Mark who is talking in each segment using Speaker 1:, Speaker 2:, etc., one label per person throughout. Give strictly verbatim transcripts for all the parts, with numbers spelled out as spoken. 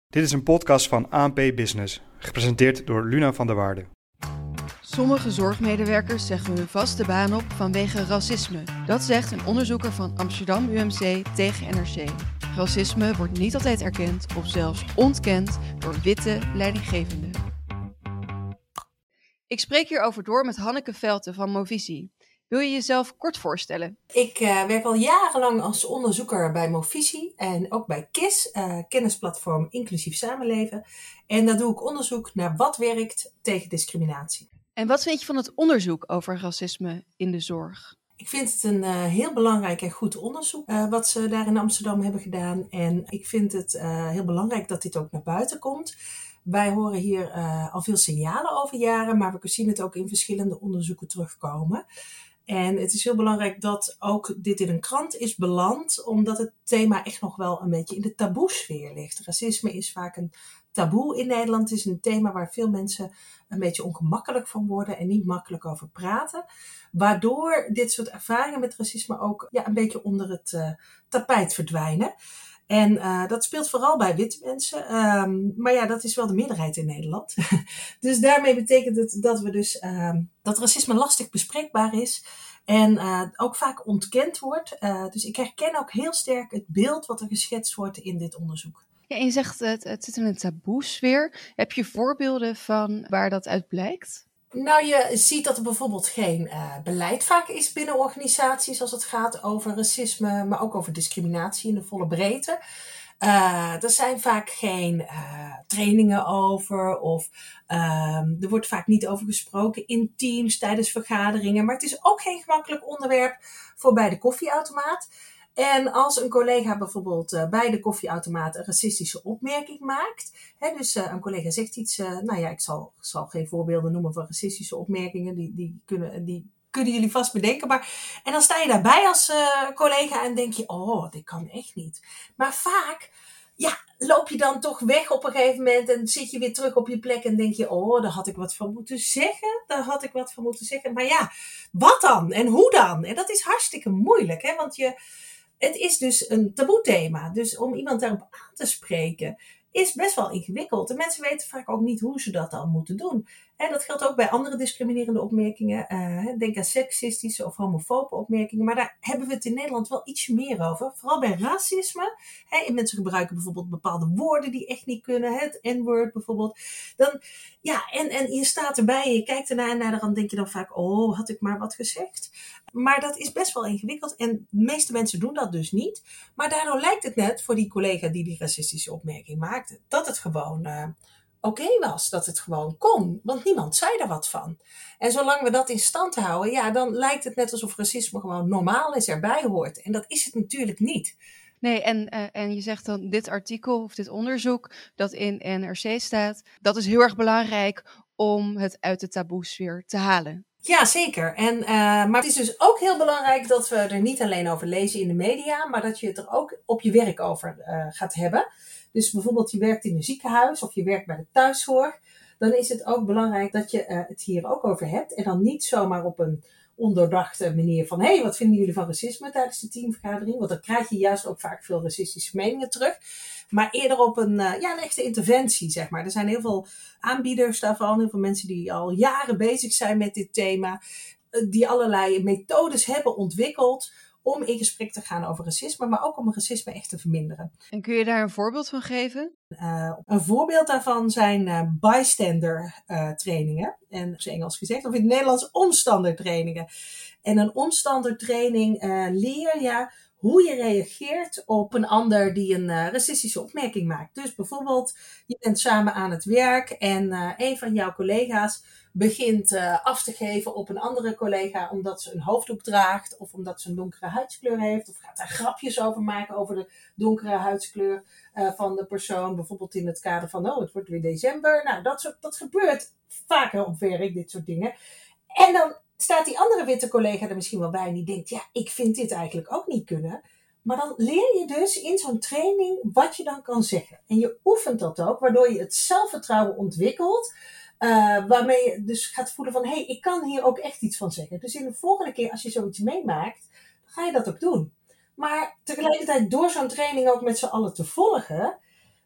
Speaker 1: Dit is een podcast van A N P Business, gepresenteerd door Luna van der Waarde.
Speaker 2: Sommige zorgmedewerkers zeggen hun vaste baan op vanwege racisme. Dat zegt een onderzoeker van Amsterdam U M C tegen N R C. Racisme wordt niet altijd erkend of zelfs ontkend door witte leidinggevenden. Ik spreek hierover door met Hanneke Velte van Movisie. Wil je jezelf kort voorstellen?
Speaker 3: Ik uh, werk al jarenlang als onderzoeker bij Movisie en ook bij K I S, uh, kennisplatform Inclusief Samenleven. En daar doe ik onderzoek naar wat werkt tegen discriminatie.
Speaker 2: En wat vind je van het onderzoek over racisme in de zorg?
Speaker 3: Ik vind het een uh, heel belangrijk en goed onderzoek uh, wat ze daar in Amsterdam hebben gedaan. En ik vind het uh, heel belangrijk dat dit ook naar buiten komt. Wij horen hier uh, al veel signalen over jaren, maar we zien het ook in verschillende onderzoeken terugkomen. En het is heel belangrijk dat ook dit in een krant is beland, omdat het thema echt nog wel een beetje in de taboesfeer ligt. Racisme is vaak een taboe in Nederland. Het is een thema waar veel mensen een beetje ongemakkelijk van worden en niet makkelijk over praten. Waardoor dit soort ervaringen met racisme ook ja, een beetje onder het uh, tapijt verdwijnen. En uh, dat speelt vooral bij witte mensen. Um, maar ja, dat is wel de meerderheid in Nederland. Dus daarmee betekent het dat we dus um, dat racisme lastig bespreekbaar is. En uh, ook vaak ontkend wordt. Uh, dus ik herken ook heel sterk het beeld wat er geschetst wordt in dit onderzoek.
Speaker 2: Ja, en je zegt het, het zit in een taboesfeer. Heb je voorbeelden van waar dat uit blijkt?
Speaker 3: Nou, je ziet dat er bijvoorbeeld geen uh, beleid vaak is binnen organisaties als het gaat over racisme, maar ook over discriminatie in de volle breedte. Uh, er zijn vaak geen uh, trainingen over of uh, er wordt vaak niet over gesproken in teams tijdens vergaderingen. Maar het is ook geen gemakkelijk onderwerp voor bij de koffieautomaat. En als een collega bijvoorbeeld uh, bij de koffieautomaat een racistische opmerking maakt. Hè, dus uh, een collega zegt iets, uh, nou ja, ik zal, ik zal geen voorbeelden noemen van racistische opmerkingen. Die, die, kunnen, die kunnen jullie vast bedenken. Maar, en dan sta je daarbij als uh, collega en denk je, oh, dit kan echt niet. Maar vaak, ja, loop je dan toch weg op een gegeven moment en zit je weer terug op je plek en denk je, oh, daar had ik wat van moeten zeggen. Daar had ik wat van moeten zeggen. Maar ja, wat dan? En hoe dan? En dat is hartstikke moeilijk, hè, want je... Het is dus een taboe-thema. Dus om iemand daarop aan te spreken is best wel ingewikkeld. En mensen weten vaak ook niet hoe ze dat dan moeten doen. En dat geldt ook bij andere discriminerende opmerkingen. Uh, denk aan seksistische of homofobe opmerkingen. Maar daar hebben we het in Nederland wel ietsje meer over. Vooral bij racisme. Hè, mensen gebruiken bijvoorbeeld bepaalde woorden die echt niet kunnen. Het N-word bijvoorbeeld. Dan, ja, en, en je staat erbij en je kijkt ernaar en naar dan denk je dan vaak, oh, had ik maar wat gezegd. Maar dat is best wel ingewikkeld. En de meeste mensen doen dat dus niet. Maar daardoor lijkt het net voor die collega die die racistische opmerking maakte, dat het gewoon uh, oké okay was. Dat het gewoon kon. Want niemand zei er wat van. En zolang we dat in stand houden, ja, dan lijkt het net alsof racisme gewoon normaal is, erbij hoort. En dat is het natuurlijk niet.
Speaker 2: Nee, en, uh, en je zegt dan dit artikel of dit onderzoek dat in N R C staat, dat is heel erg belangrijk om het uit de taboesfeer te halen.
Speaker 3: Ja, zeker. En, uh, maar het is dus ook heel belangrijk dat we er niet alleen over lezen in de media, maar dat je het er ook op je werk over uh, gaat hebben. Dus bijvoorbeeld je werkt in een ziekenhuis of je werkt bij de thuiszorg. Dan is het ook belangrijk dat je uh, het hier ook over hebt. En dan niet zomaar op een ondoordachte manier van, hé, hey, wat vinden jullie van racisme tijdens de teamvergadering? Want dan krijg je juist ook vaak veel racistische meningen terug. Maar eerder op een, uh, ja, een echte interventie, zeg maar. Er zijn heel veel aanbieders daarvan, heel veel mensen die al jaren bezig zijn met dit thema, uh, die allerlei methodes hebben ontwikkeld om in gesprek te gaan over racisme, maar ook om racisme echt te verminderen.
Speaker 2: En kun je daar een voorbeeld van geven?
Speaker 3: Uh, een voorbeeld daarvan zijn uh, bystander uh, trainingen. En op zijn Engels gezegd, of in het Nederlands omstander trainingen. En een omstander training uh, leer je hoe je reageert op een ander die een uh, racistische opmerking maakt. Dus bijvoorbeeld, je bent samen aan het werk en uh, een van jouw collega's begint uh, af te geven op een andere collega omdat ze een hoofddoek draagt of omdat ze een donkere huidskleur heeft of gaat daar grapjes over maken over de donkere huidskleur uh, van de persoon. Bijvoorbeeld in het kader van, oh, het wordt weer december. Nou, dat, soort, dat gebeurt vaker op werk, dit soort dingen. En dan staat die andere witte collega er misschien wel bij en die denkt, ja, ik vind dit eigenlijk ook niet kunnen. Maar dan leer je dus in zo'n training wat je dan kan zeggen. En je oefent dat ook, waardoor je het zelfvertrouwen ontwikkelt. Uh, waarmee je dus gaat voelen van, hé, hey, ik kan hier ook echt iets van zeggen. Dus in de volgende keer als je zoiets meemaakt, dan ga je dat ook doen. Maar tegelijkertijd door zo'n training ook met z'n allen te volgen,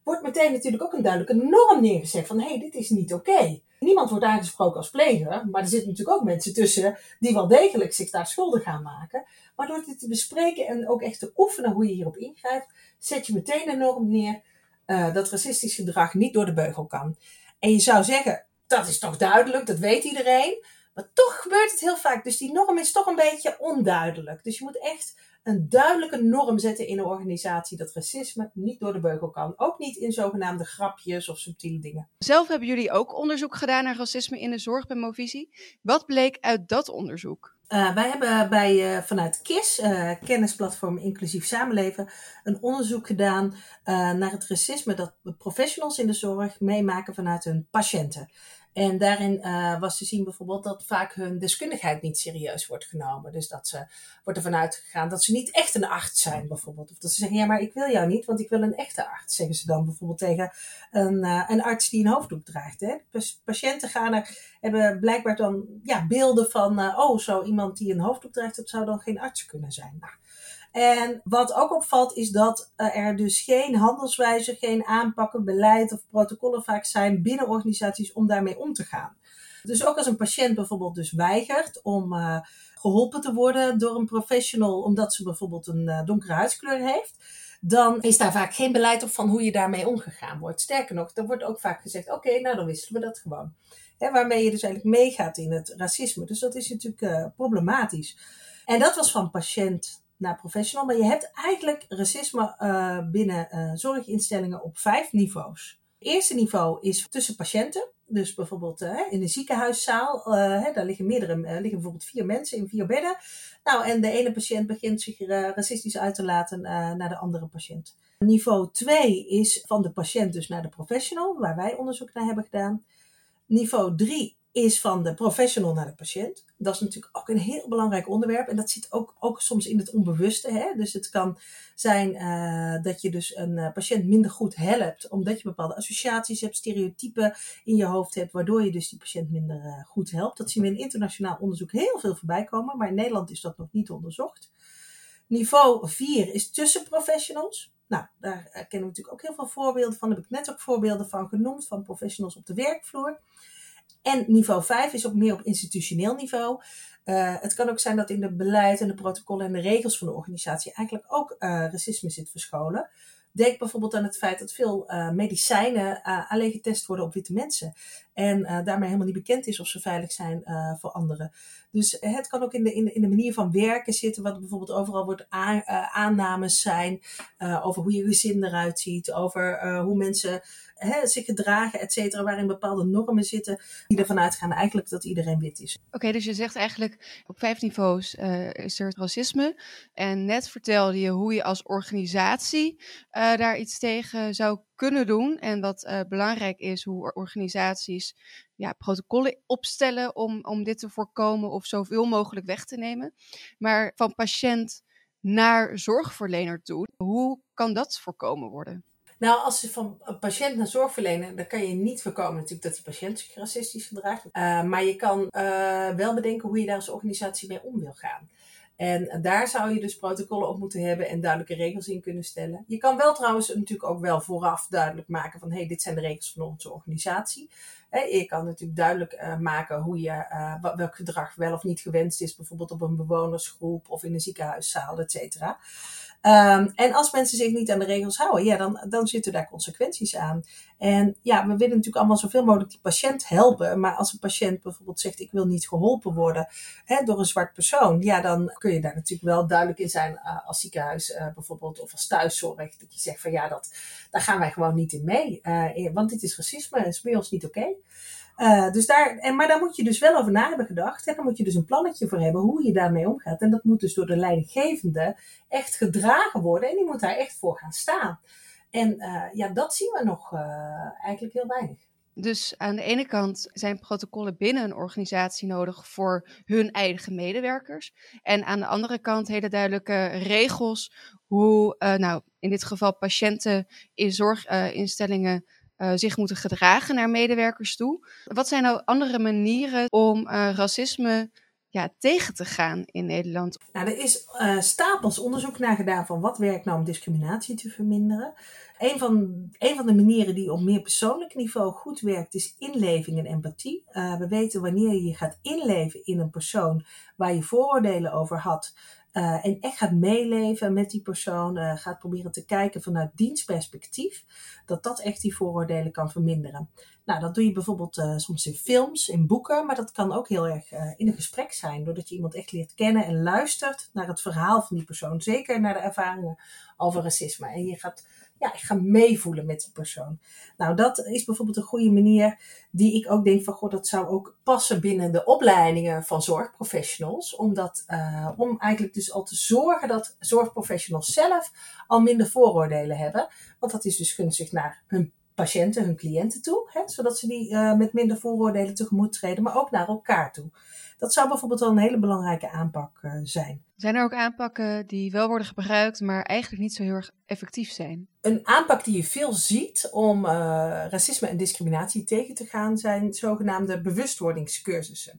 Speaker 3: wordt meteen natuurlijk ook een duidelijke norm neergezet van hé, hey, dit is niet oké. Okay. Niemand wordt aangesproken als pleger, maar er zitten natuurlijk ook mensen tussen die wel degelijk zich daar schuldig gaan maken. Maar door dit te bespreken en ook echt te oefenen hoe je hierop ingrijpt, zet je meteen een norm neer uh, dat racistisch gedrag niet door de beugel kan. En je zou zeggen, dat is toch duidelijk, dat weet iedereen. Maar toch gebeurt het heel vaak. Dus die norm is toch een beetje onduidelijk. Dus je moet echt een duidelijke norm zetten in een organisatie dat racisme niet door de beugel kan. Ook niet in zogenaamde grapjes of subtiele dingen.
Speaker 2: Zelf hebben jullie ook onderzoek gedaan naar racisme in de zorg bij Movisie. Wat bleek uit dat onderzoek?
Speaker 3: Uh, wij hebben bij, uh, vanuit K I S, uh, Kennisplatform Inclusief Samenleven, een onderzoek gedaan uh, naar het racisme dat professionals in de zorg meemaken vanuit hun patiënten. En daarin uh, was te zien bijvoorbeeld dat vaak hun deskundigheid niet serieus wordt genomen. Dus dat ze wordt ervan uitgegaan dat ze niet echt een arts zijn bijvoorbeeld. Of dat ze zeggen, ja maar ik wil jou niet, want ik wil een echte arts. Zeggen ze dan bijvoorbeeld tegen een, uh, een arts die een hoofddoek draagt. Hè? Dus patiënten gaan er, hebben blijkbaar dan ja, beelden van, uh, oh zo iemand die een hoofddoek draagt, dat zou dan geen arts kunnen zijn. Nou. En wat ook opvalt is dat er dus geen handelswijze, geen aanpakken, beleid of protocollen vaak zijn binnen organisaties om daarmee om te gaan. Dus ook als een patiënt bijvoorbeeld dus weigert om uh, geholpen te worden door een professional omdat ze bijvoorbeeld een uh, donkere huidskleur heeft, dan is daar vaak geen beleid op van hoe je daarmee omgegaan wordt. Sterker nog, er wordt ook vaak gezegd, oké, okay, nou dan wisselen we dat gewoon. Hè, waarmee je dus eigenlijk meegaat in het racisme. Dus dat is natuurlijk uh, problematisch. En dat was van patiënt naar professional, maar je hebt eigenlijk racisme uh, binnen uh, zorginstellingen op vijf niveaus. Het eerste niveau is tussen patiënten, dus bijvoorbeeld uh, in een ziekenhuiszaal, uh, hè, daar liggen, meerdere, uh, liggen bijvoorbeeld vier mensen in vier bedden. Nou, en de ene patiënt begint zich uh, racistisch uit te laten uh, naar de andere patiënt. Niveau twee is van de patiënt dus naar de professional, waar wij onderzoek naar hebben gedaan. Niveau drie is van de professional naar de patiënt. Dat is natuurlijk ook een heel belangrijk onderwerp. En dat zit ook, ook soms in het onbewuste. Hè? Dus het kan zijn uh, dat je dus een uh, patiënt minder goed helpt. Omdat je bepaalde associaties hebt, stereotypen in je hoofd hebt. Waardoor je dus die patiënt minder uh, goed helpt. Dat zien we in internationaal onderzoek heel veel voorbij komen. Maar in Nederland is dat nog niet onderzocht. Niveau vier is tussen professionals. Nou, daar kennen we natuurlijk ook heel veel voorbeelden van. Daar heb ik net ook voorbeelden van genoemd. Van professionals op de werkvloer. En niveau vijf is ook meer op institutioneel niveau. Uh, het kan ook zijn dat in de beleid en de protocollen en de regels van de organisatie eigenlijk ook uh, racisme zit verscholen. Denk bijvoorbeeld aan het feit dat veel uh, medicijnen uh, alleen getest worden op witte mensen. En uh, daarmee helemaal niet bekend is of ze veilig zijn uh, voor anderen. Dus uh, het kan ook in de, in, de, in de manier van werken zitten. Wat bijvoorbeeld overal wordt aan, uh, aannames zijn. Uh, over hoe je gezin eruit ziet. Over uh, hoe mensen uh, zich gedragen, et cetera. Waarin bepaalde normen zitten die ervan uitgaan eigenlijk dat iedereen wit is.
Speaker 2: Oké, okay, dus je zegt eigenlijk op vijf niveaus uh, is er het racisme. En net vertelde je hoe je als organisatie uh, daar iets tegen zou kunnen doen. En wat uh, belangrijk is, hoe organisaties ja, protocollen opstellen om, om dit te voorkomen of zoveel mogelijk weg te nemen. Maar van patiënt naar zorgverlener toe, hoe kan dat voorkomen worden?
Speaker 3: Nou, als je van een patiënt naar zorgverlener, dan kan je niet voorkomen natuurlijk dat die patiënt zich racistisch gedraagt. Uh, maar je kan uh, wel bedenken hoe je daar als organisatie mee om wil gaan. En daar zou je dus protocollen op moeten hebben en duidelijke regels in kunnen stellen. Je kan wel trouwens natuurlijk ook wel vooraf duidelijk maken van hé, hey, dit zijn de regels van onze organisatie. He, je kan natuurlijk duidelijk uh, maken hoe je, uh, welk gedrag wel of niet gewenst is, bijvoorbeeld op een bewonersgroep of in een ziekenhuiszaal, et cetera. Um, en als mensen zich niet aan de regels houden, ja, dan, dan zitten daar consequenties aan. En ja, we willen natuurlijk allemaal zoveel mogelijk die patiënt helpen. Maar als een patiënt bijvoorbeeld zegt, ik wil niet geholpen worden hè, door een zwart persoon. Ja, dan kun je daar natuurlijk wel duidelijk in zijn uh, als ziekenhuis uh, bijvoorbeeld of als thuiszorg. Dat je zegt van ja, dat, daar gaan wij gewoon niet in mee. Uh, want dit is racisme, het is bij ons niet oké. Okay. Uh, dus daar, en, maar daar moet je dus wel over na hebben gedacht. En daar moet je dus een plannetje voor hebben hoe je daarmee omgaat. En dat moet dus door de leidinggevende echt gedragen worden. En die moet daar echt voor gaan staan. En uh, ja, dat zien we nog uh, eigenlijk heel weinig.
Speaker 2: Dus aan de ene kant zijn protocollen binnen een organisatie nodig voor hun eigen medewerkers. En aan de andere kant hele duidelijke regels hoe, uh, nou, in dit geval patiënten in zorginstellingen uh, Uh, zich moeten gedragen naar medewerkers toe. Wat zijn nou andere manieren om uh, racisme ja, tegen te gaan in Nederland?
Speaker 3: Nou, er is uh, stapels onderzoek naar gedaan van wat werkt nou om discriminatie te verminderen. Een van, een van de manieren die op meer persoonlijk niveau goed werkt is inleving en empathie. Uh, we weten wanneer je je gaat inleven in een persoon waar je vooroordelen over had. Uh, en echt gaat meeleven met die persoon, uh, gaat proberen te kijken vanuit diens perspectief, dat dat echt die vooroordelen kan verminderen. Nou, dat doe je bijvoorbeeld uh, soms in films, in boeken, maar dat kan ook heel erg uh, in een gesprek zijn, doordat je iemand echt leert kennen en luistert naar het verhaal van die persoon, zeker naar de ervaringen over racisme. En je gaat, ja, ik ga meevoelen met die persoon. Nou, dat is bijvoorbeeld een goede manier die ik ook denk van, goh, dat zou ook passen binnen de opleidingen van zorgprofessionals, omdat, uh, om eigenlijk dus al te zorgen dat zorgprofessionals zelf al minder vooroordelen hebben, want dat is dus gunstig naar hun patiënten, hun cliënten toe, hè, zodat ze die uh, met minder vooroordelen tegemoet treden, maar ook naar elkaar toe. Dat zou bijvoorbeeld wel een hele belangrijke aanpak uh, zijn.
Speaker 2: Zijn er ook aanpakken die wel worden gebruikt, maar eigenlijk niet zo heel erg effectief zijn?
Speaker 3: Een aanpak die je veel ziet om uh, racisme en discriminatie tegen te gaan, zijn zogenaamde bewustwordingscursussen.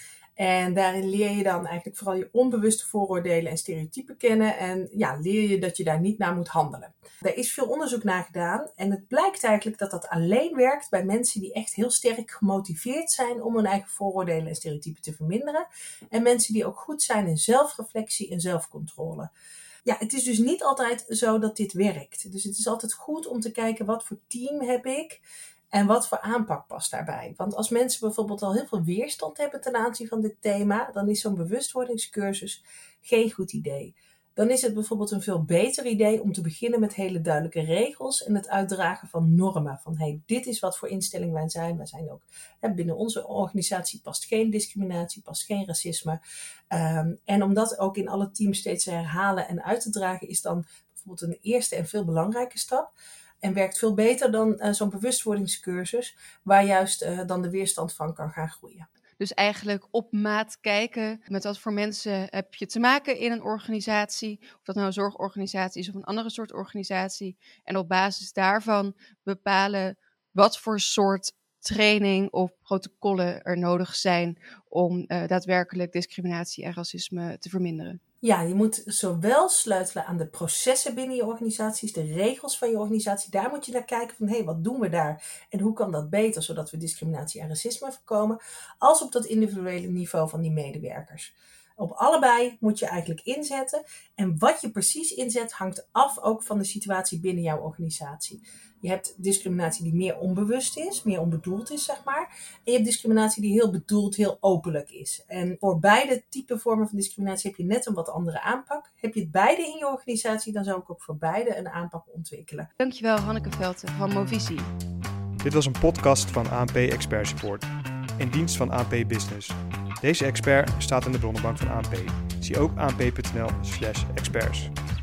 Speaker 3: En daarin leer je dan eigenlijk vooral je onbewuste vooroordelen en stereotypen kennen. En ja, leer je dat je daar niet naar moet handelen. Er is veel onderzoek naar gedaan. En het blijkt eigenlijk dat dat alleen werkt bij mensen die echt heel sterk gemotiveerd zijn om hun eigen vooroordelen en stereotypen te verminderen. En mensen die ook goed zijn in zelfreflectie en zelfcontrole. Ja, het is dus niet altijd zo dat dit werkt. Dus het is altijd goed om te kijken wat voor team heb ik. En wat voor aanpak past daarbij? Want als mensen bijvoorbeeld al heel veel weerstand hebben ten aanzien van dit thema, dan is zo'n bewustwordingscursus geen goed idee. Dan is het bijvoorbeeld een veel beter idee om te beginnen met hele duidelijke regels en het uitdragen van normen. Van hey, dit is wat voor instelling wij zijn. Wij zijn ook, hè, binnen onze organisatie past geen discriminatie, past geen racisme. Um, en om dat ook in alle teams steeds te herhalen en uit te dragen is dan bijvoorbeeld een eerste en veel belangrijke stap. En werkt veel beter dan uh, zo'n bewustwordingscursus, waar juist uh, dan de weerstand van kan gaan groeien.
Speaker 2: Dus eigenlijk op maat kijken met wat voor mensen heb je te maken in een organisatie. Of dat nou een zorgorganisatie is of een andere soort organisatie. En op basis daarvan bepalen wat voor soort training of protocollen er nodig zijn om uh, daadwerkelijk discriminatie en racisme te verminderen.
Speaker 3: Ja, je moet zowel sleutelen aan de processen binnen je organisaties, de regels van je organisatie. Daar moet je naar kijken van, hé, hey, wat doen we daar? En hoe kan dat beter, zodat we discriminatie en racisme voorkomen? Als op dat individuele niveau van die medewerkers. Op allebei moet je eigenlijk inzetten. En wat je precies inzet, hangt af ook van de situatie binnen jouw organisatie. Je hebt discriminatie die meer onbewust is, meer onbedoeld is, zeg maar. En je hebt discriminatie die heel bedoeld, heel openlijk is. En voor beide typen vormen van discriminatie heb je net een wat andere aanpak. Heb je het beide in je organisatie, dan zou ik ook voor beide een aanpak ontwikkelen.
Speaker 2: Dankjewel, Hanneke Velten van Movisie.
Speaker 1: Dit was een podcast van A N P Expert Support, in dienst van A N P Business. Deze expert staat in de bronnenbank van A N P. Zie ook anp punt n l slash experts.